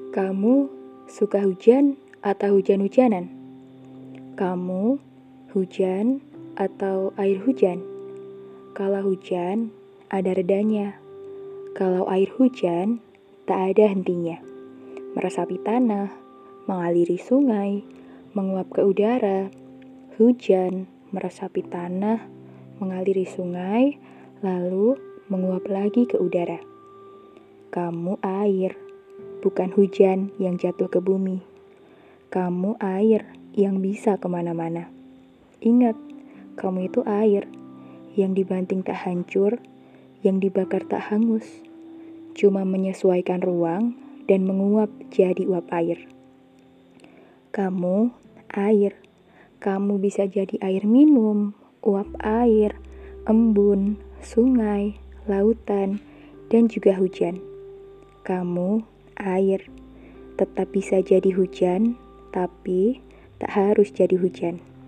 Kamu suka hujan atau hujan-hujanan? Kamu hujan atau air hujan? Kalau hujan, ada redanya. Kalau air hujan, tak ada hentinya. Meresapi tanah, mengaliri sungai, menguap ke udara. Hujan meresapi tanah, mengaliri sungai, lalu menguap lagi ke udara. Kamu air, bukan hujan yang jatuh ke bumi. Kamu air yang bisa kemana-mana. Ingat, kamu itu air yang dibanting tak hancur, yang dibakar tak hangus. Cuma menyesuaikan ruang dan menguap jadi uap air. Kamu air, kamu bisa jadi air minum, uap air, embun, sungai, lautan, dan juga hujan. Kamu air, tetap bisa jadi hujan, tapi tak harus jadi hujan.